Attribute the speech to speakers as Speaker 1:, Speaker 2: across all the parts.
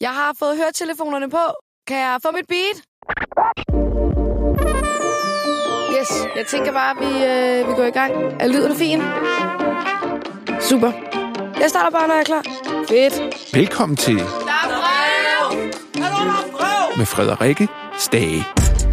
Speaker 1: Jeg har fået høretelefonerne på. Kan jeg få mit beat? Yes, jeg tænker bare, at vi går i gang. Er lyden fin? Super. Jeg starter bare, når jeg er klar. Fedt.
Speaker 2: Velkommen til
Speaker 1: Der er brev!
Speaker 2: med Frederikke Stage.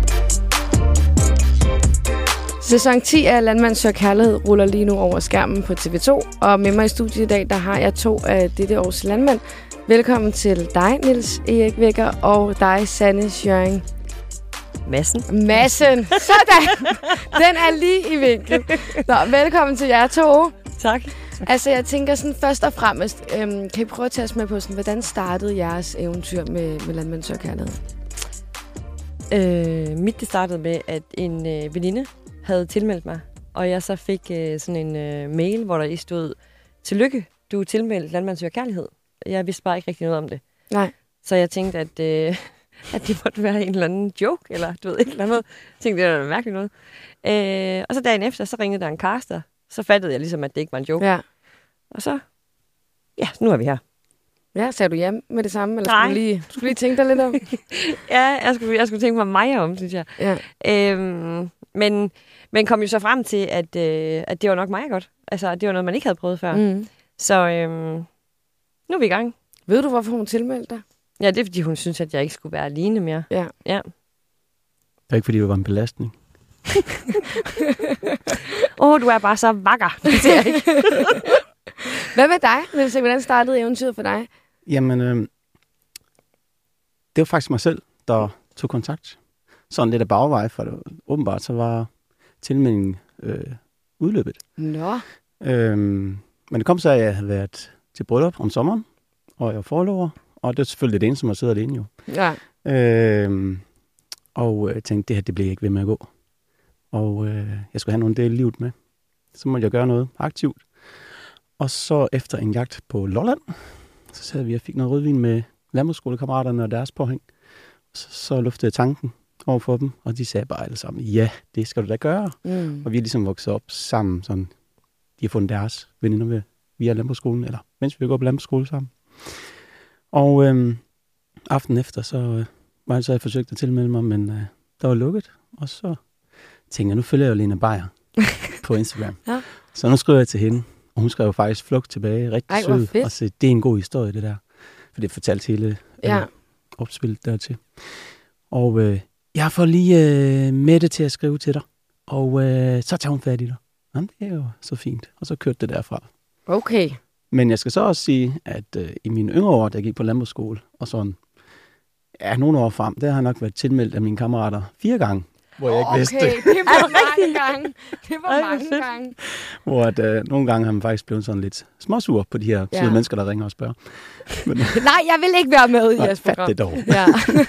Speaker 1: Sæson 10 af Landmand søger kærlighed ruller lige nu over skærmen på TV2. Og med mig i studiet i dag, der har jeg 2 af dette års landmænd. Velkommen til dig, Niels Erik Vækker, og dig, Sanne Schjøring
Speaker 3: Madsen.
Speaker 1: Sådan! Den er lige i vinkel. Nå, velkommen til jer 2.
Speaker 3: Tak.
Speaker 1: Altså, jeg tænker sådan først og fremmest, kan I prøve at tage os med på sådan, hvordan startede jeres eventyr med Landmand søger kærlighed?
Speaker 3: Mit det startede med, at en veninde havde tilmeldt mig, og jeg så fik sådan en mail, hvor der i stod, tillykke, du er tilmeldt Landmand søger kærlighed. Jeg vidste bare ikke rigtig noget om det.
Speaker 1: Nej.
Speaker 3: Så jeg tænkte, at det måtte være en eller anden joke, eller du ved, et eller andet. Jeg tænkte, det var mærkeligt noget. Og så dagen efter, så ringede der en caster. Så fattede jeg ligesom, at det ikke var en joke.
Speaker 1: Ja.
Speaker 3: Og så, ja, nu er vi her.
Speaker 1: Ja, sagde du ja med det samme? Eller
Speaker 3: Nej.
Speaker 1: skulle du lige tænke dig lidt om?
Speaker 3: Ja, jeg skulle tænke mig om, synes jeg.
Speaker 1: Ja.
Speaker 3: Men kom jo så frem til, at det var nok meget godt. Altså, det var noget, man ikke havde prøvet før.
Speaker 1: Mm.
Speaker 3: Så nu er vi i gang.
Speaker 1: Ved du, hvorfor hun tilmeldte dig?
Speaker 3: Ja, det er, fordi hun synes, at jeg ikke skulle være alene mere.
Speaker 1: Ja.
Speaker 3: Ja.
Speaker 4: Det er ikke, fordi det var en belastning.
Speaker 3: Du er bare så vakker. Det ser jeg ikke.
Speaker 1: Hvad med dig, Niels? Hvordan startede eventyret for dig?
Speaker 4: Jamen, det var faktisk mig selv, der tog kontakt. Sådan lidt af bagvej, for det, åbenbart så var tilmeldingen udløbet.
Speaker 1: Nå.
Speaker 4: Men det kom så, at jeg havde været til bryllup om sommeren, og jeg var forlover, og det er selvfølgelig det eneste, som har siddet alene jo.
Speaker 1: Ja.
Speaker 4: Og jeg tænkte, det her, det blev jeg ikke ved med at gå. Og jeg skulle have nogle del i livet med. Så måtte jeg gøre noget aktivt. Og så efter en jagt på Lolland, så sad vi og fik noget rødvin med landbrugsskolekammeraterne og deres påhæng. Så luftede jeg tanken over for dem, og de sagde bare alle sammen, ja, det skal du da gøre.
Speaker 1: Mm.
Speaker 4: Og vi er ligesom vokset op sammen, sådan, de har fundet deres veninder via landbrugsskolen, eller mens vi går på landbrugsskole sammen. Og aftenen efter, så havde jeg forsøgt at tilmelde mig, men der var lukket. Og så tænkte jeg, nu følger jeg jo Lena Beyer på Instagram.
Speaker 1: Ja.
Speaker 4: Så nu skriver jeg til hende, og hun skrev faktisk flugt tilbage, rigtig
Speaker 1: hvor
Speaker 4: sød.
Speaker 1: fedt.
Speaker 4: Og så, det er en god historie, det der. For det fortalte hele opspillet dertil. Og jeg får lige Mette til at skrive til dig, og så tager hun fat i dig. Jamen, det er jo så fint. Og så kørte det derfra.
Speaker 1: Okay.
Speaker 4: Men jeg skal så også sige, at i mine yngre år, da jeg gik på landbrugsskole, og sådan, ja, nogle år frem, der har jeg nok været tilmeldt af mine kammerater 4 gange, hvor jeg ikke vidste det.
Speaker 1: Okay, det var mange gange. Det var mange gange.
Speaker 4: Hvor at, nogle gange har man faktisk blevet sådan lidt småsur på de her søde mennesker, der ringer og spørger. Men,
Speaker 1: Nej, jeg vil ikke være med i jeres
Speaker 4: fat
Speaker 1: program.
Speaker 4: det dog.
Speaker 1: Ja.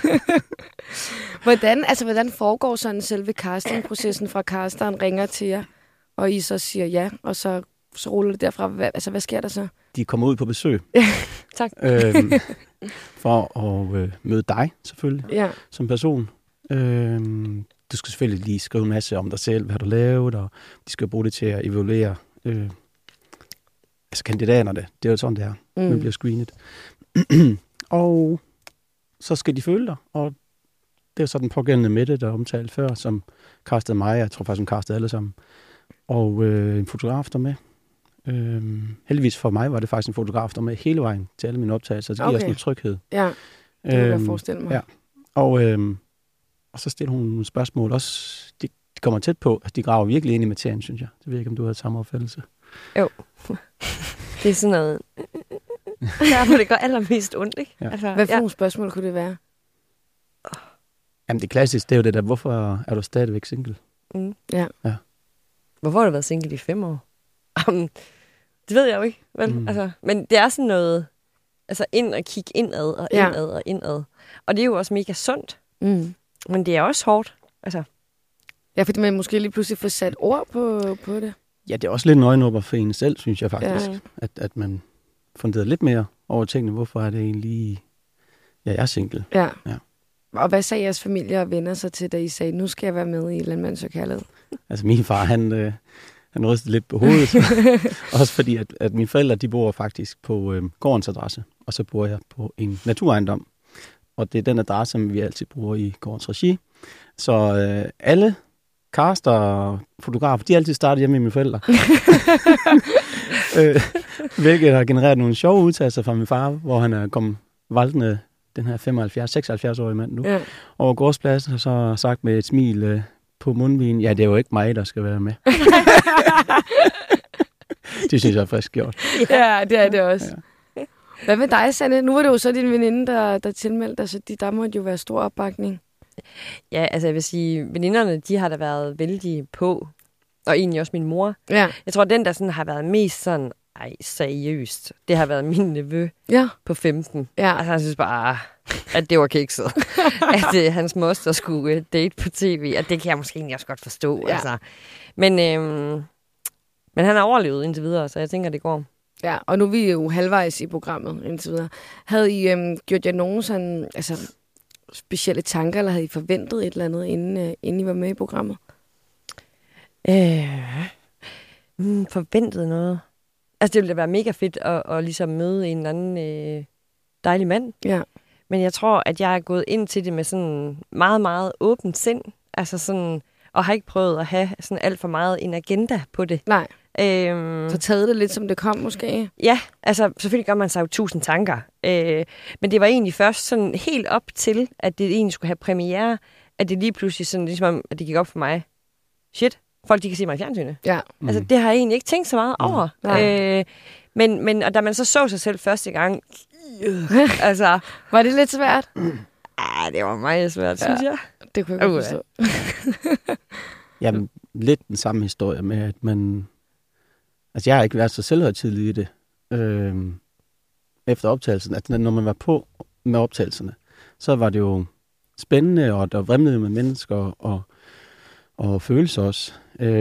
Speaker 1: Hvordan foregår sådan selve castingprocessen fra casteren ringer til jer, og I så siger ja, og så ruller det derfra? Hvad sker der så?
Speaker 4: De kommer ud på besøg.
Speaker 3: Tak.
Speaker 4: For at møde dig, selvfølgelig, som person. Du skal selvfølgelig lige skrive en masse om dig selv, hvad du har lavet, og de skal bruge det til at evaluere kandidaterne. Det er jo sådan, det er. Man bliver screenet. Og så skal de føle dig, og det er så den pågældende Mette, der omtalte før, som castede mig. Jeg tror faktisk, hun castede alle sammen. Og en fotograf der med. Heldigvis for mig var det faktisk en fotograf der med hele vejen til alle mine optagelser. Det giver også noget tryghed.
Speaker 1: Ja, det kan jeg forestille mig.
Speaker 4: Ja. Og så stiller hun nogle spørgsmål også. De kommer tæt på. Altså, de graver virkelig ind i materien, synes jeg. Det ved jeg ikke, om du har samme opfattelse.
Speaker 3: Jo. Det er sådan noget, der hvor det gør allermest ondt, ikke?
Speaker 4: Ja.
Speaker 3: Altså,
Speaker 1: Hvad for nogle spørgsmål kunne det være?
Speaker 4: Jamen det klassiske, det er jo det der, hvorfor er du stadigvæk single?
Speaker 3: Mm.
Speaker 1: Ja.
Speaker 3: Hvorfor har du været single i 5 år? Det ved jeg jo ikke, vel? Altså, men det er sådan noget, altså ind og kigge indad og indad og indad. Og det er jo også mega sundt.
Speaker 1: Mm.
Speaker 3: Men det er også hårdt. Altså.
Speaker 1: Ja, fordi man måske lige pludselig får sat ord på det.
Speaker 4: Ja, det er også lidt en øjenåbner for en selv, synes jeg faktisk. Ja. At man funderer lidt mere over tingene. Hvorfor er det egentlig, jeg er single?
Speaker 1: Ja. Og hvad sagde jeres familie og venner så til, da I sagde, nu skal jeg være med i Landmand søger kærlighed?
Speaker 4: Altså min far, Han rystede lidt på hovedet. Også fordi, at mine forældre, de bor faktisk på gårdens adresse, og så bor jeg på en naturejendom. Og det er den adresse, som vi altid bruger i gårdens regi. Så alle caster og fotografer, de er altid startet hjemme med mine forældre. Hvilket har genereret nogle sjove udtalelser fra min far, hvor han er kommet valgende, den her 76-årige mand nu, over gårdspladsen, og så har sagt med et smil på mundvin, ja, det er jo ikke mig, der skal være med. Det synes jeg er frisk gjort.
Speaker 1: Ja, det er det også. Ja. Hvad med dig, Sanne? Nu var det jo så din veninde, der tilmeldte dig, så der måtte jo være stor opbakning.
Speaker 3: Ja, altså jeg vil sige, veninderne, de har da været vældig på, og egentlig også min mor.
Speaker 1: Ja. Jeg
Speaker 3: tror, den der sådan har været mest sådan, seriøst, det har været min nevø på 15.
Speaker 1: Ja.
Speaker 3: Altså han synes bare, at det var kikset. At hans moster skulle date på tv, og det kan jeg måske egentlig også godt forstå. Ja. Altså. Men han har overlevet indtil videre, så jeg tænker, det går.
Speaker 1: Ja, og nu er vi jo halvvejs i programmet indtil videre. Havde I gjort jer nogen sådan, altså, specielle tanker, eller havde I forventet et eller andet, inden I var med i programmet?
Speaker 3: Forventet noget? Altså, det ville da være mega fedt at ligesom møde en eller anden dejlig mand.
Speaker 1: Ja.
Speaker 3: Men jeg tror, at jeg er gået ind til det med sådan meget, meget åbent sind. Altså sådan, og har ikke prøvet at have sådan alt for meget en agenda på det.
Speaker 1: Nej. Så taget det lidt, som det kom, måske?
Speaker 3: Ja, altså selvfølgelig gør man sig jo 1000 tanker. Men det var egentlig først sådan helt op til, at det egentlig skulle have premiere, at det lige pludselig sådan, ligesom at det gik op for mig. Shit, folk de kan se mig i fjernsynet.
Speaker 1: Ja.
Speaker 3: Altså det har jeg egentlig ikke tænkt så meget over. Men og da man så sig selv første gang, altså...
Speaker 1: Var det lidt svært?
Speaker 3: Det var meget svært, synes jeg.
Speaker 1: Det kunne jeg godt forstå.
Speaker 4: Jamen, lidt den samme historie med, at man... Altså, jeg har ikke været så selvhøjtidlig i det. Efter optagelsen, at når man var på med optagelserne, så var det jo spændende, og der vrimlede med mennesker, og følelser også.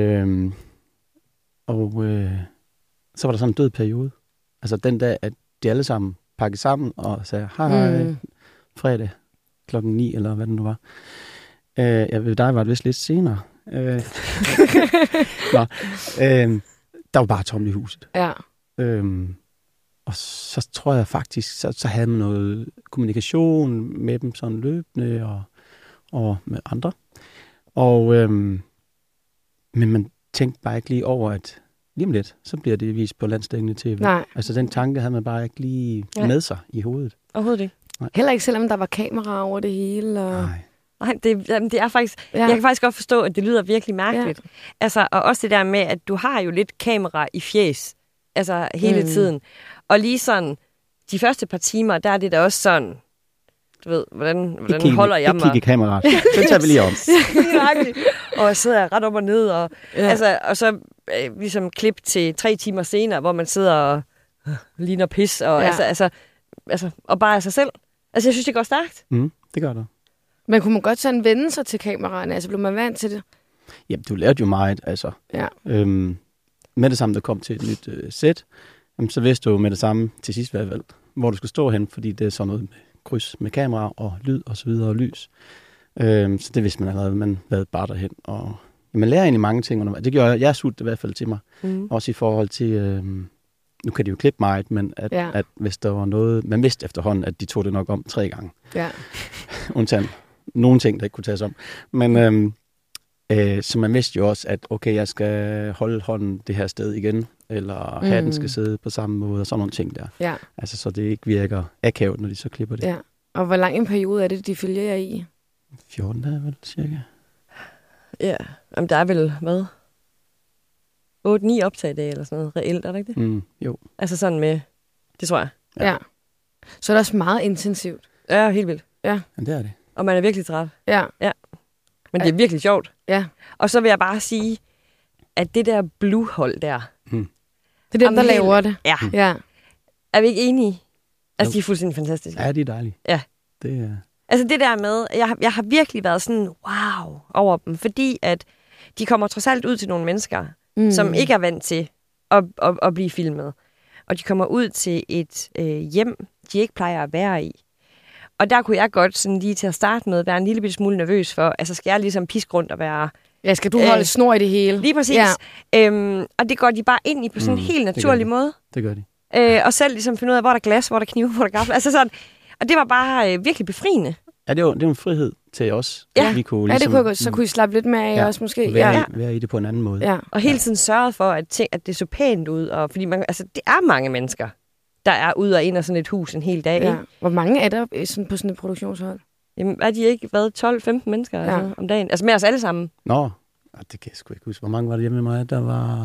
Speaker 4: Så var der sådan en død periode. Altså den dag, at de alle sammen pakkede sammen og sagde, hej, fredag klokken 9, eller hvad det nu var. Jeg ved, dig var det vist lidt senere. Der var bare tomt i huset.
Speaker 1: Ja.
Speaker 4: Og så tror jeg faktisk, så havde man noget kommunikation med dem sådan løbende, og med andre. Men man tænkte bare ikke lige over, at lige om lidt, så bliver det vist på landsdækkende tv.
Speaker 1: Nej.
Speaker 4: Altså den tanke havde man bare ikke lige med sig i hovedet.
Speaker 3: Overhovedet ikke.
Speaker 1: Nej. Heller ikke, selvom der var kamera over det hele. Og...
Speaker 3: Nej, det er faktisk... Ja. Jeg kan faktisk godt forstå, at det lyder virkelig mærkeligt. Ja. Altså, og også det der med, at du har jo lidt kamera i fjæs. Altså, hele tiden. Og lige sådan, de første par timer, der er det da også sådan... Du ved, hvordan holder jeg mig?
Speaker 4: Ikke kigge i kameraet. Den tager vi lige om.
Speaker 3: Og jeg sidder ret op og ned. Og, og så ligesom klip til 3 timer senere, hvor man sidder og ligner pis. Og, og bare af sig selv. Altså, jeg synes, det går stærkt.
Speaker 4: Det gør det.
Speaker 1: Men kunne man godt sådan vende sig til kameraerne? Altså, blev man vant til det?
Speaker 4: Jamen, du lærte jo meget, altså.
Speaker 1: Ja.
Speaker 4: Med det samme, der kom til et nyt sæt, så vidste du med det samme til sidst, hvor du skulle stå hen, fordi det er sådan noget med kryds med kamera og lyd og så videre og lys. Så det vidste man allerede, man lavede bare derhen. Og man lærer egentlig mange ting undervejs. Det gjorde jeg sut i hvert fald til mig. Også i forhold til, nu kan de jo klippe meget, men at hvis der var noget, man vidste efterhånden, at de tog det nok om 3 gange. Ja. Undtagen nogle ting, der ikke kunne tages om. Men så man vidste jo også, at okay, jeg skal holde hånden det her sted igen, eller hatten skal sidde på samme måde, og sådan nogle ting der. Ja. Altså, så det ikke virker akavet, når de så klipper det.
Speaker 1: Ja. Og hvor lang en periode er det, de følger jer i?
Speaker 4: 14 dage, vel, cirka.
Speaker 3: Ja, jamen der er vel, hvad? 8-9 optagedage eller sådan noget, reelt, er det ikke det?
Speaker 4: Jo.
Speaker 3: Altså sådan med, det tror jeg.
Speaker 1: Ja. Så er det også meget intensivt.
Speaker 3: Ja, helt vildt.
Speaker 1: Ja.
Speaker 4: Men det er det.
Speaker 3: Og man er virkelig træt.
Speaker 1: Ja.
Speaker 3: Men det er virkelig sjovt.
Speaker 1: Ja.
Speaker 3: Og så vil jeg bare sige, at det der Blue-hold der...
Speaker 1: Det er dem, der laver det.
Speaker 3: Ja. Er vi ikke enige? Altså, de er fuldstændig fantastiske.
Speaker 4: Ja, de er dejlige.
Speaker 3: Ja.
Speaker 4: Det er...
Speaker 3: Altså, det der med... Jeg har virkelig været sådan, wow, over dem. Fordi at de kommer trods alt ud til nogle mennesker, som ikke er vant til at blive filmet. Og de kommer ud til et hjem, de ikke plejer at være i. Og der kunne jeg godt sådan lige til at starte med være en lille smule nervøs for, altså skal jeg ligesom piske rundt og være
Speaker 1: Ja, skal du holde snor i det hele?
Speaker 3: Lige præcis. Og det går de bare ind i på sådan en helt naturlig måde.
Speaker 4: Det gør de.
Speaker 3: Og selv ligesom finde ud af, hvor der er glas, hvor der er knive, hvor der er gaffel. Altså sådan. Og det var bare virkelig befriende.
Speaker 4: Ja, det var en frihed til os.
Speaker 3: Ja,
Speaker 4: vi kunne,
Speaker 1: ligesom, det kunne så kunne I slappe lidt mere af også måske.
Speaker 4: Være i det på en anden måde.
Speaker 3: Ja. Og hele tiden sørget for, at det så pænt ud. Og fordi det er mange mennesker, der er ud og ind af sådan et hus en hel dag.
Speaker 1: Ja.
Speaker 3: Ikke?
Speaker 1: Hvor mange er der sådan på sådan et produktionshold?
Speaker 3: Jamen, er de ikke været 12-15 mennesker altså, om dagen? Altså med os alle sammen.
Speaker 4: Nå, det kan jeg sgu ikke huske. Hvor mange var der hjemme med mig? Der var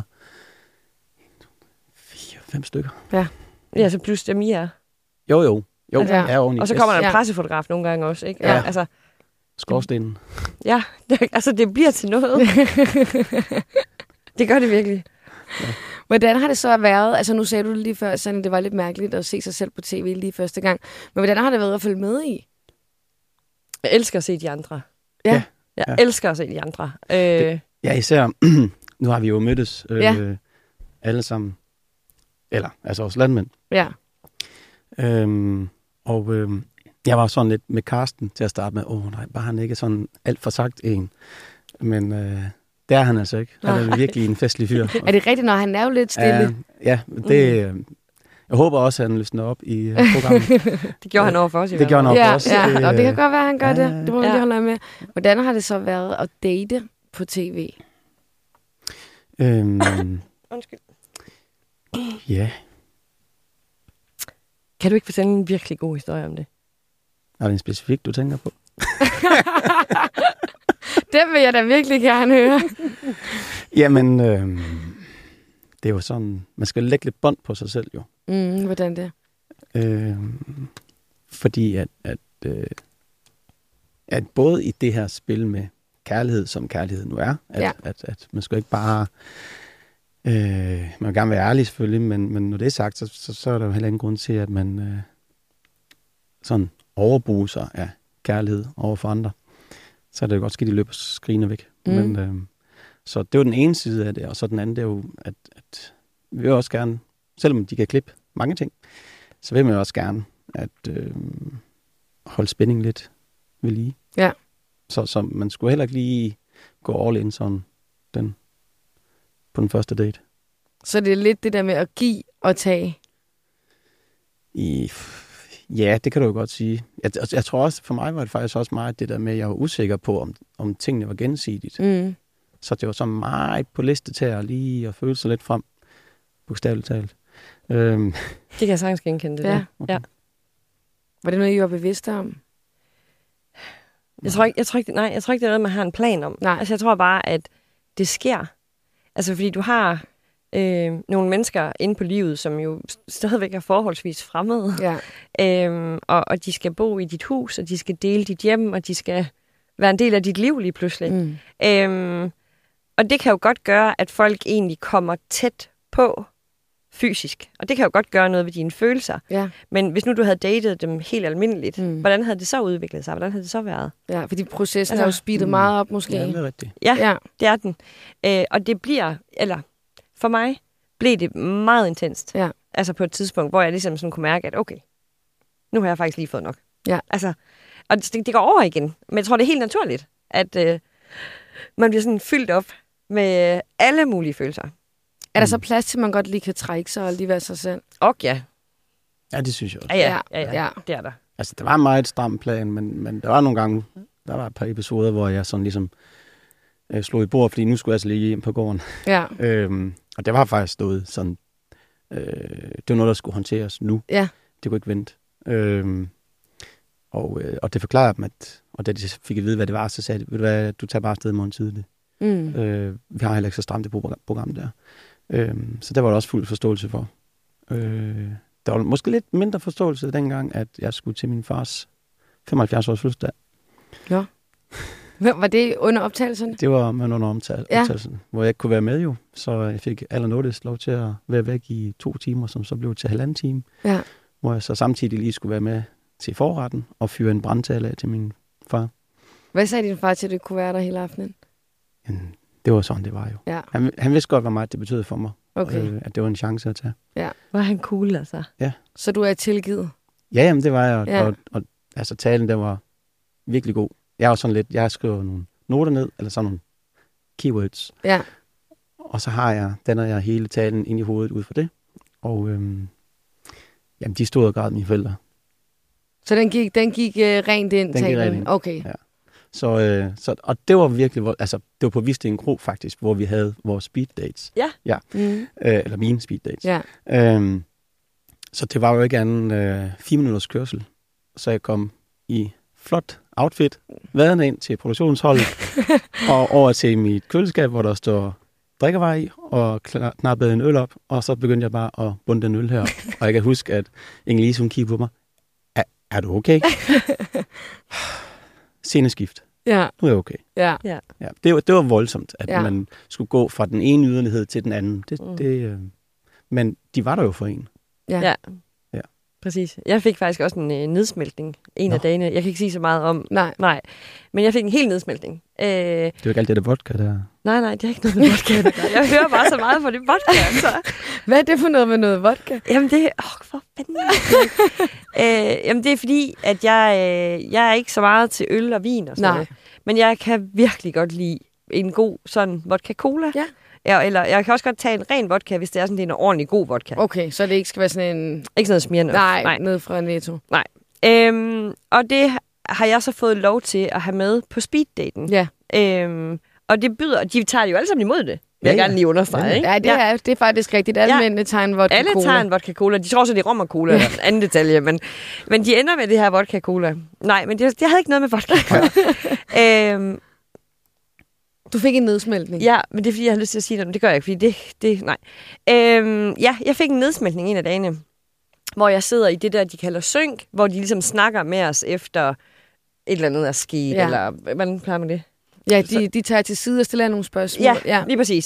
Speaker 4: 4-5 stykker.
Speaker 3: Ja, så plus dem I er.
Speaker 4: Jo.
Speaker 3: Altså, og så kommer der en pressefotograf nogle gange også, ikke?
Speaker 1: Ja.
Speaker 3: Altså,
Speaker 4: skorstenen.
Speaker 3: Ja, det bliver til noget. Det gør det virkelig.
Speaker 1: Ja. Hvordan har det så været? Altså nu sagde du det lige før, Sanne, det var lidt mærkeligt at se sig selv på tv lige første gang. Men hvordan har det været at følge med i?
Speaker 3: Jeg elsker at se de andre.
Speaker 1: Ja.
Speaker 3: Jeg elsker at se de andre.
Speaker 4: Ja, især. Nu har vi jo mødtes alle sammen. Eller, altså også landmænd.
Speaker 1: Ja.
Speaker 4: Jeg var sådan lidt med Karsten til at starte med. Nej, bare han ikke er sådan alt for sagt en. Men det er han altså ikke. Han er virkelig en festlig fyr.
Speaker 1: Er det rigtigt, når han er jo lidt stille?
Speaker 4: Ja, det... Jeg håber også, at han løsner op i programmet.
Speaker 3: Det gjorde han over for os.
Speaker 4: Det gjorde han over for os.
Speaker 1: Ja. Og det kan godt være, at han gør det. Det må vi lige holde med. Hvordan har det så været at date på tv?
Speaker 3: Undskyld.
Speaker 4: Ja.
Speaker 3: Kan du ikke fortælle en virkelig god historie om det?
Speaker 4: Er det en specifik, du tænker på?
Speaker 1: Det vil jeg da virkelig gerne høre.
Speaker 4: Jamen, det er jo sådan, man skal lægge lidt bånd på sig selv jo.
Speaker 1: Hvordan det?
Speaker 4: Fordi at både i det her spil med kærlighed, som kærlighed nu er, at man skal ikke bare... man vil gerne være ærlig selvfølgelig, men når det er sagt, så er der jo heller ingen grund til, at man sådan overbruger af kærlighed over for andre. Så er det jo godt skidt, de løber skrigende væk. Men, så det er jo den ene side af det, og så den anden, det er jo, at vi vil også gerne, selvom de kan klippe mange ting, så vil man jo også gerne at holde spændingen lidt ved lige.
Speaker 1: Ja.
Speaker 4: Så man skulle heller ikke lige gå all in sådan på den første date.
Speaker 1: Så det er lidt det der med at give og tage?
Speaker 4: Ja, det kan du jo godt sige. Jeg tror også, for mig var det faktisk også meget det der med, at jeg var usikker på, om tingene var gensidigt. Så det var så meget på liste til at lige at føle sig lidt frem, bogstaveligt talt.
Speaker 3: Det kan jeg sagtens genkende det der.
Speaker 1: Okay. Ja. Var det noget, I var bevidste om?
Speaker 3: Jeg tror ikke, det er noget, man har en plan om.
Speaker 1: Nej.
Speaker 3: Altså, jeg tror bare, at det sker. Altså, fordi du har nogle mennesker inde på livet, som jo stadigvæk er forholdsvis fremmede.
Speaker 1: Ja.
Speaker 3: Og de skal bo i dit hus, og de skal dele dit hjem, og de skal være en del af dit liv lige pludselig. Og det kan jo godt gøre, at folk egentlig kommer tæt på fysisk. Og det kan jo godt gøre noget ved dine følelser.
Speaker 1: Ja.
Speaker 3: Men hvis nu du havde datet dem helt almindeligt, hvordan havde det så udviklet sig? Hvordan havde det så været?
Speaker 1: Ja, fordi processen er jo speedet meget op måske.
Speaker 4: Ja, det er rigtigt.
Speaker 3: Ja, det er den. Og det bliver, eller for mig, blev det meget intenst.
Speaker 1: Ja.
Speaker 3: Altså på et tidspunkt, hvor jeg ligesom sådan kunne mærke, at okay, nu har jeg faktisk lige fået nok.
Speaker 1: Ja.
Speaker 3: Altså, og det går over igen. Men jeg tror, det er helt naturligt, at man bliver sådan fyldt op med alle mulige følelser.
Speaker 1: Er der så plads til, at man godt lige kan trække sig og lige være sig selv?
Speaker 3: Ja.
Speaker 4: Ja, det synes jeg også.
Speaker 3: Ja, det er der.
Speaker 4: Altså, det var en meget stram plan, men der var nogle gange, der var et par episoder, hvor jeg sådan ligesom slog i bord, fordi nu skulle jeg altså lige hjem på gården.
Speaker 1: Ja.
Speaker 4: Og det var faktisk stået sådan, det var noget, der skulle håndteres nu.
Speaker 1: Ja. Det
Speaker 4: kunne ikke vente. Og det forklarede dem, og da de fik at vide, hvad det var, så sagde de, ved du hvad, du tager bare afsted i morgen tidligt. Vi har heller ikke så stramt det program der. Så der var der også fuld forståelse for. Der var måske lidt mindre forståelse dengang, at jeg skulle til min fars 75-års fødselsdag.
Speaker 1: Ja. Var det under optagelsen?
Speaker 4: Det var under optagelsen, hvor jeg ikke kunne være med jo. Så jeg fik allernådigst lov til at være væk i 2 timer, som så blev til 1,5 time.
Speaker 1: Ja.
Speaker 4: Hvor jeg så samtidig lige skulle være med til forretten og fyre en brandtale af til min far.
Speaker 1: Hvad sagde din far til, at du kunne være der hele aftenen?
Speaker 4: Det var sådan, det var jo.
Speaker 1: Ja.
Speaker 4: Han vidste godt, hvor meget det betød for mig.
Speaker 1: Okay.
Speaker 4: At det var en chance at tage.
Speaker 1: Ja.
Speaker 3: Var han cool, altså?
Speaker 4: Ja.
Speaker 1: Så du er tilgivet?
Speaker 4: Ja, jamen, det var jeg.
Speaker 1: Ja.
Speaker 4: Og altså, talen, der var virkelig god. Jeg er jo sådan lidt, jeg skriver nogle noter ned, eller sådan nogle keywords.
Speaker 1: Ja.
Speaker 4: Og så danner jeg hele talen ind i hovedet ud for det. Og jamen, de stod og græd mine forældre.
Speaker 1: Så den gik rent ind?
Speaker 4: Den gik rent ind.
Speaker 1: Okay.
Speaker 4: Ja. Så, og det var virkelig, altså det var på Wisting Kro faktisk, hvor vi havde vores speed dates.
Speaker 3: Ja.
Speaker 4: Eller mine speed dates.
Speaker 1: Ja.
Speaker 4: Så det var jo ikke anden 4 minutters kørsel. Så jeg kom i flot outfit, vadende ind til produktionsholdet, og over til mit køleskab, hvor der står drikkevarer i, og knappede en øl op, og så begyndte jeg bare at bunde den øl her. Og jeg kan huske, at Inge-Lise, hun kiggede på mig. Er du okay? Sceneskift.
Speaker 1: Ja.
Speaker 4: Nu er jeg okay.
Speaker 1: Ja.
Speaker 3: Ja.
Speaker 4: Ja, det var voldsomt, at man skulle gå fra den ene yderlighed til den anden. Men de var der jo for en.
Speaker 3: Ja. Præcis. Jeg fik faktisk også en nedsmeltning af dagene. Jeg kan ikke sige så meget om. Nej. Men jeg fik en hel nedsmeltning.
Speaker 4: Det er jo ikke alt det der vodka der.
Speaker 3: Nej, det er ikke noget med vodka. Jeg hører bare så meget på det vodka. Altså.
Speaker 1: Hvad er det for noget med noget vodka?
Speaker 3: Jamen det for fanden. Jamen det er fordi, at jeg er ikke så meget til øl og vin og sådan noget. Men jeg kan virkelig godt lide en god sådan vodka-cola. Ja. Eller jeg kan også godt tage en ren vodka, hvis det er sådan en ordentlig god vodka.
Speaker 1: Okay, så det ikke skal være sådan en...
Speaker 3: Ikke sådan noget smirende.
Speaker 1: Nej, ned fra Netto.
Speaker 3: Nej. Og det har jeg så fået lov til at have med på speeddaten.
Speaker 1: Ja.
Speaker 3: Og det byder... De tager jo alle sammen imod det. Vil jeg gerne lige understrege, ikke?
Speaker 1: Ja, det er faktisk rigtigt. Alle mændene tager en vodka-cola.
Speaker 3: Alle tager en vodka-cola. De tror også, det er rom og cola. Ja. Anden detalje. Men de ender med det her vodka-cola. Nej, men det havde ikke noget med vodka at gøre.
Speaker 1: Du fik en nedsmeltning.
Speaker 3: Ja, men det er fordi, jeg har lyst til at sige det, men det gør jeg ikke, fordi nej. Jeg fik en nedsmeltning en af dagene, hvor jeg sidder i det der, de kalder synk, hvor de ligesom snakker med os efter et eller andet er sket, eller hvordan plejer man det?
Speaker 1: Ja, de tager til side og stiller nogle spørgsmål.
Speaker 3: Ja, lige præcis.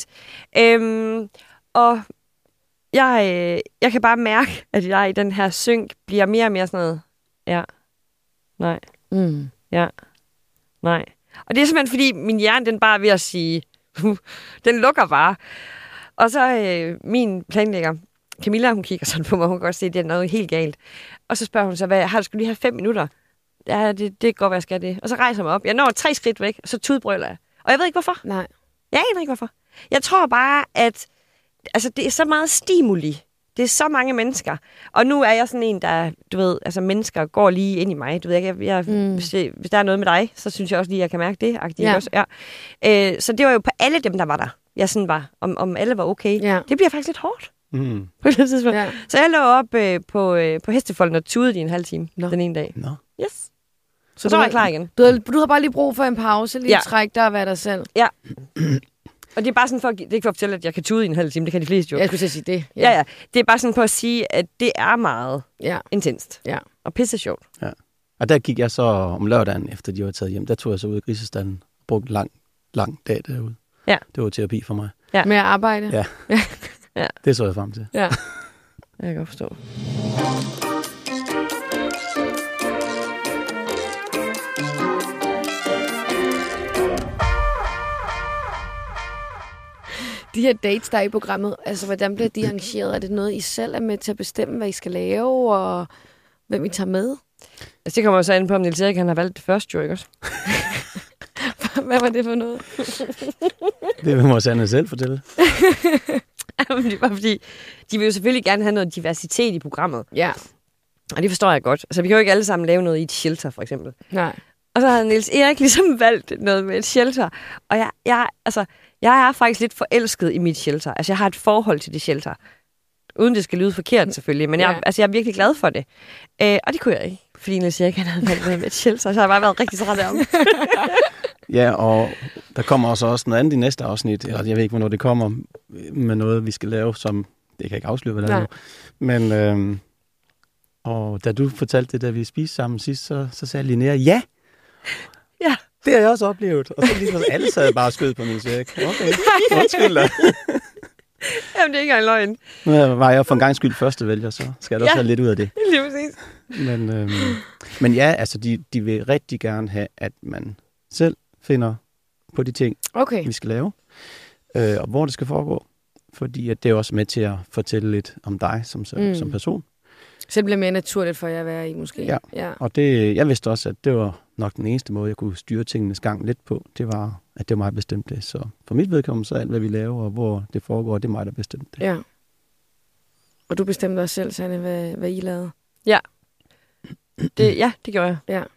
Speaker 3: Og jeg kan bare mærke, at jeg i den her synk bliver mere og mere sådan noget, nej, ja, nej. Og det er simpelthen, fordi min hjerne, den bare er ved at sige, den lukker bare. Og så min planlægger, Camilla, hun kigger sådan på mig, hun kan godt se, at det er noget helt galt. Og så spørger hun så, har du skulle lige have 5 minutter? Ja, det kan godt være, jeg skal det. Og så rejser jeg mig op. Jeg når 3 skridt væk, og så tudbrøler jeg. Og jeg ved ikke, hvorfor.
Speaker 1: Nej.
Speaker 3: Jeg aner ikke, hvorfor. Jeg tror bare, at det er så meget stimuli. Det er så mange mennesker. Og nu er jeg sådan en, der, du ved, altså mennesker går lige ind i mig. Du ved, hvis der er noget med dig, så synes jeg også lige, at jeg kan mærke det. Også. Ja. Så det var jo på alle dem, der var der. Jeg sådan var, om alle var okay. Ja. Det bliver faktisk lidt hårdt. På det tidspunkt. Ja. Så jeg lå op på hestefolden og tudede i en halv time den ene dag. Yes. Så var jeg klar igen.
Speaker 1: Du har bare lige brug for en pause, lige trække dig og være dig selv.
Speaker 3: Ja. Og det er bare sådan for, det er ikke for at fortælle, at jeg kan tude i en halv time. Det kan de fleste jo.
Speaker 1: Jeg skulle sige det.
Speaker 3: Ja. Det er bare sådan for at sige, at det er meget intenst. Ja. Og pisse sjovt.
Speaker 4: Ja. Og der gik jeg så om lørdagen, efter de var taget hjem. Der tog jeg så ud i grisestallen og brugte en lang dag derude. Ja. Det var terapi for mig.
Speaker 1: Ja. Med at arbejde?
Speaker 4: Ja. Det så jeg frem til.
Speaker 3: Ja. Jeg kan godt forstå.
Speaker 1: De her dates, der er i programmet, altså hvordan bliver de arrangeret? Er det noget, I selv er med til at bestemme, hvad I skal lave, og hvem I tager med?
Speaker 3: Altså, det kommer jo så ind på, om Niels Erik han har valgt det første, jo, ikke også?
Speaker 1: Hvad var det for noget?
Speaker 4: Det må Sanne selv fortælle.
Speaker 3: Jamen, det var fordi, de vil jo selvfølgelig gerne have noget diversitet i programmet. Ja. Og det forstår jeg godt. Altså, vi kan jo ikke alle sammen lave noget i et shelter, for eksempel. Nej. Og så har Niels Erik ligesom valgt noget med et shelter. Og jeg er faktisk lidt forelsket i mit shelter. Altså, jeg har et forhold til det shelter. Uden det skal lyde forkert, selvfølgelig. Men jeg er virkelig glad for det. Og det kunne jeg ikke. Fordi Niels Erik havde valgt noget med et shelter. Så jeg har bare været rigtig træt af det.
Speaker 4: Ja, og der kommer også noget andet i næste afsnit. Eller jeg ved ikke, hvornår det kommer med noget, vi skal lave, som... Det kan jeg ikke afsløre, hvad det er nu. Men... og da du fortalte det, da vi spiste sammen sidst, så sagde Linnea, ja! Det har jeg også oplevet. Og så ligesom alle sad bare og skød på min sæk. Okay, undskyld da.
Speaker 3: Jamen, det er ikke engang løgn.
Speaker 4: Nu var jeg for en gang skyld første vælger, så skal jeg da også have lidt ud af det.
Speaker 3: Lige præcis.
Speaker 4: Men ja, altså, de vil rigtig gerne have, at man selv finder på de ting, vi skal lave. Og hvor det skal foregå. Fordi at det er også med til at fortælle lidt om dig som person.
Speaker 1: Så det bliver mere naturligt for jer at være i, måske?
Speaker 4: Ja. Og jeg vidste også, at det var nok den eneste måde, jeg kunne styre tingenes gang lidt på. Det var, at det var mig, der bestemte det. Så for mit vedkommende, så alt, hvad vi laver, og hvor det foregår, det er mig, der bestemte det.
Speaker 1: Ja. Og du bestemte også selv, Sanne, hvad I lavede?
Speaker 3: Ja. Det gjorde jeg.
Speaker 1: Ja.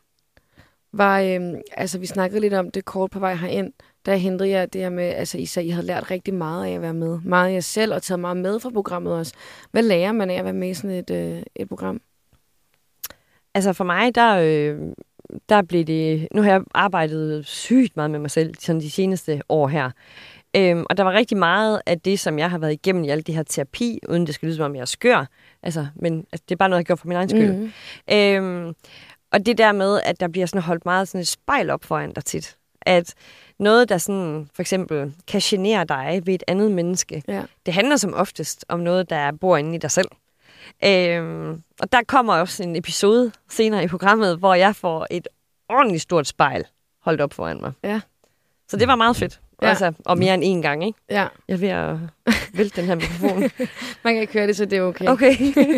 Speaker 1: Vi snakkede lidt om det kort på vej herind. Der hentede jeg det her med, altså I havde lært rigtig meget af at være med. Meget af jer selv, og taget meget med fra programmet også. Hvad lærer man af at være med i sådan et program?
Speaker 3: Altså for mig, der blev det... Nu har jeg arbejdet sygt meget med mig selv sådan de seneste år her. Og der var rigtig meget af det, som jeg har været igennem i alt det her terapi, uden det skal lyde som om jeg er skør. Men det er bare noget, jeg gør for min egen skyld. Mm-hmm. Og det der med, at der bliver sådan holdt meget sådan et spejl op foran dig tit. At noget, der sådan, for eksempel kan genere dig ved et andet menneske, det handler som oftest om noget, der bor inde i dig selv. Og der kommer også en episode senere i programmet, hvor jeg får et ordentligt stort spejl holdt op foran mig. Ja. Så det var meget fedt. Ja. Altså, og mere end én gang, ikke? Ja. Jeg er ved at vælte den her mikrofon.
Speaker 1: Man kan ikke høre det, så det er okay.
Speaker 3: Okay.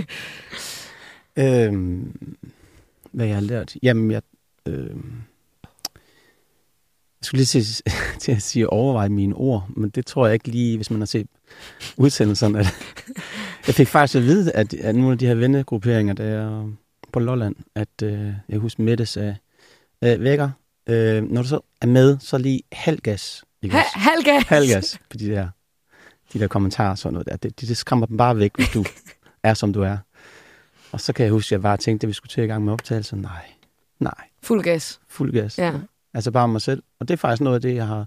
Speaker 4: Hvad jeg har lært? Jamen, jeg skulle lige til at sige overveje mine ord, men det tror jeg ikke lige, hvis man har set udsendelserne. Jeg fik faktisk at vide, at nogle af de her vennegrupperinger, der er på Lolland, at jeg husker Mette sagde, Vækker, når du så er med, så lige halv gas.
Speaker 1: Halv gas?
Speaker 4: Halv gas på de der kommentarer og sådan noget der. Det skræmmer dem bare væk, hvis du er, som du er. Og så kan jeg huske, at jeg bare tænkte, at vi skulle til i gang med optagelser. Nej.
Speaker 1: Fuld gas?
Speaker 4: Fuld gas.
Speaker 1: Ja.
Speaker 4: Altså bare mig selv. Og det er faktisk noget af det, jeg har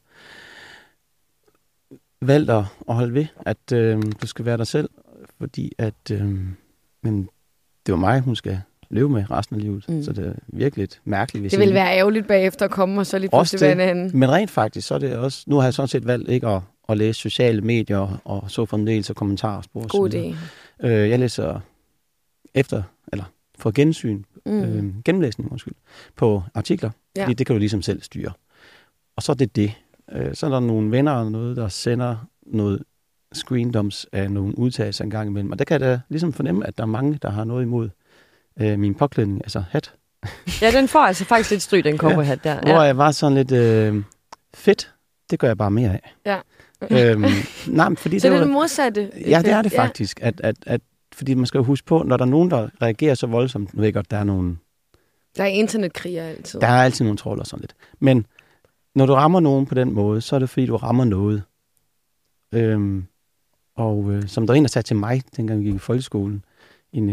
Speaker 4: valgt at holde ved, at du skal være dig selv, fordi at men det var mig, hun skal leve med resten af livet. Så det er virkelig mærkeligt. Hvis
Speaker 1: det vil være ærgerligt bagefter at komme og så lige pludselig være en anden.
Speaker 4: Men rent faktisk, så er det også, nu har jeg sådan set valgt ikke at læse sociale medier og så fremdeles og kommentarer.
Speaker 1: God idé.
Speaker 4: Jeg læser for gensyn, gennemlæsning, på artikler, fordi det kan du ligesom selv styre. Og så er det. Så er der nogle venner og noget, der sender noget screendumps af nogle udtalelser en gang imellem. Og der kan jeg da ligesom fornemme, at der er mange, der har noget imod min påklædning, altså hat.
Speaker 3: Ja, den får altså faktisk lidt stryg, den cowboyhat der.
Speaker 4: Hvor jeg var sådan lidt fedt, det gør jeg bare mere af.
Speaker 1: Ja.
Speaker 4: Fordi
Speaker 1: så det er det modsatte?
Speaker 4: Ja, det er det faktisk. At fordi man skal jo huske på, når der er nogen, der reagerer så voldsomt, nu ved jeg godt, der er nogle... Der er
Speaker 1: internetkriger altid.
Speaker 4: Der er altid nogle troller og sådan lidt. Men når du rammer nogen på den måde, så er det fordi, du rammer noget. Som der en, der sagde til mig, dengang vi gik i folkeskolen, en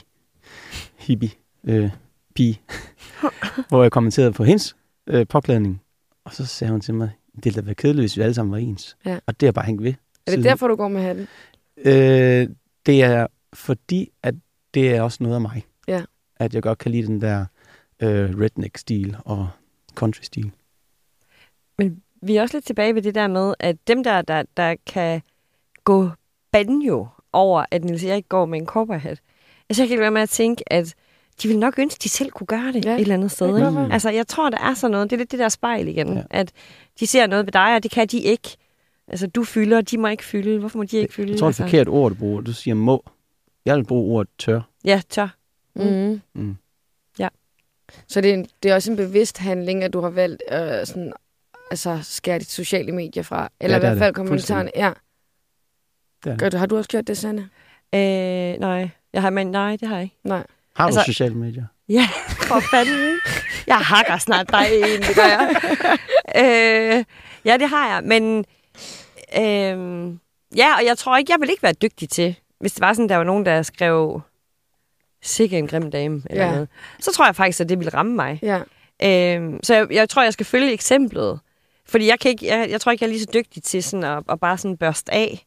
Speaker 4: hippie-pige, hvor jeg kommenterede på hendes påklædning. Og så sagde hun til mig, det ville da være kedeligt, hvis vi alle sammen var ens. Ja. Og det er bare hængt ved.
Speaker 1: Er det derfor, du går med hatten?
Speaker 4: Det er fordi, at det er også noget af mig.
Speaker 1: Ja.
Speaker 4: At jeg godt kan lide den der redneck-stil og country-stil.
Speaker 3: Men vi er også lidt tilbage ved det der med, at dem der kan gå banjo over, at Niels Erik går med en cowboyhat. Altså jeg kan ikke være med at tænke, at de vil nok ønske, at de selv kunne gøre det et eller andet sted. Ikke? Altså jeg tror, der er sådan noget. Det er lidt det der spejl igen. Ja. At de ser noget ved dig, og det kan de ikke. Altså du fylder, de må ikke fylde. Hvorfor må de ikke fylde?
Speaker 4: Jeg tror, det er forkert ord, du bruger. Du siger må. Jeg vil bruge ordet tør.
Speaker 3: Ja, tør. Ja.
Speaker 1: Så det er også en bevidst handling, at du har valgt skære dit sociale medier fra. Eller i hvert fald kommentarerne. Ja. Har du også gjort det, Sanne?
Speaker 3: Nej. Nej, det har jeg ikke.
Speaker 1: Nej.
Speaker 4: Har du sociale medier?
Speaker 3: Ja, for fanden. Jeg hakker snart dig en, det gør jeg. Ja, det har jeg. Men og jeg tror ikke, jeg vil ikke være dygtig til, hvis det var sådan, der var nogen, der skrev sikke en grim dame eller noget. Så tror jeg faktisk, at det ville ramme mig.
Speaker 1: Ja.
Speaker 3: Så jeg tror, jeg skal følge eksemplet. Fordi jeg tror ikke, jeg er lige så dygtig til sådan at bare sådan børste af.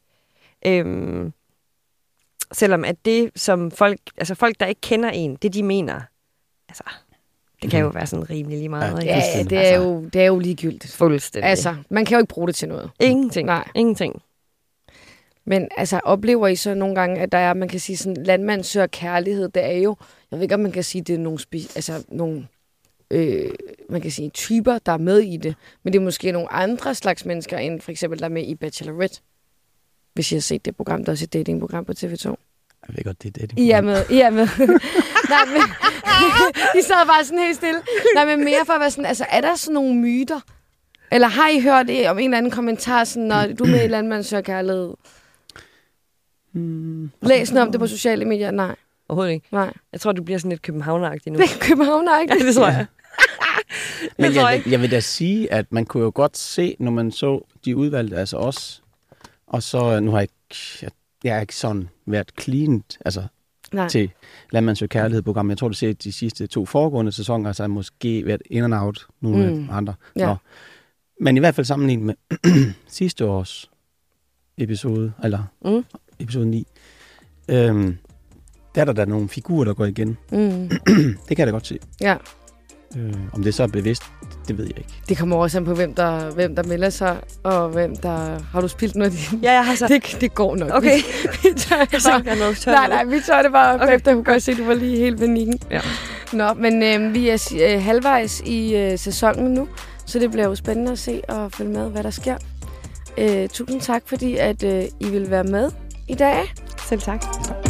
Speaker 3: Selvom at det, som folk, der ikke kender en, det de mener, altså, det kan jo være sådan rimelig lige meget.
Speaker 1: Ja, det er jo ligegyldigt.
Speaker 3: Fuldstændig.
Speaker 1: Altså, man kan jo ikke bruge det til noget.
Speaker 3: Ingenting. Nej. Ingenting.
Speaker 1: Men altså, oplever I så nogle gange, at der er, man kan sige sådan, landmand søger kærlighed, det er jo, jeg ved ikke, om man kan sige, det er nogle man kan sige, typer, der er med i det, men det er måske nogle andre slags mennesker, end for eksempel der er med i Bachelorette. Hvis I har set det program, der er også et datingprogram på TV2.
Speaker 4: Jeg ved godt, det er det.
Speaker 1: I er med. Nej, men I sad bare sådan helt stille. Nej, men mere for at være sådan, altså er der sådan nogle myter? Eller har I hørt det om en eller anden kommentar, sådan, når du er med i Landmand søger kærlighed? Læs noget om det på sociale medier? Nej.
Speaker 3: Overhovedet ikke.
Speaker 1: Nej.
Speaker 3: Jeg tror, du bliver sådan lidt københavneragtig nu.
Speaker 1: Det er københavneragtigt.
Speaker 3: Ja, det tror jeg.
Speaker 4: Men jeg vil da sige, at man kunne jo godt se, når man så de udvalgte, altså os, og så, nu har jeg har ikke sådan været cleaned, altså til Landmand søger kærlighed-program. Jeg tror, du ser de sidste 2 foregående sæsoner, så har måske været in and out, nogle andre. Ja. Men i hvert fald sammenlignet med sidste års episode, eller episode 9, der er der nogle figurer, der går igen. Det kan jeg da godt se.
Speaker 1: Ja.
Speaker 4: Om det så er bevidst, det ved jeg ikke. Det
Speaker 1: kommer også an på, hvem der melder sig, og hvem der... Har du spildt noget af din?
Speaker 3: Ja, jeg har så...
Speaker 1: Det går nok.
Speaker 3: Okay.
Speaker 1: Vi tør vi tør det bare op efter. Hun kan godt se, at du var lige helt panikken. Ja. Nå, men vi er halvvejs i sæsonen nu, så det bliver jo spændende at se og følge med, hvad der sker. Tusind tak, fordi at I vil være med i dag.
Speaker 3: Selv tak.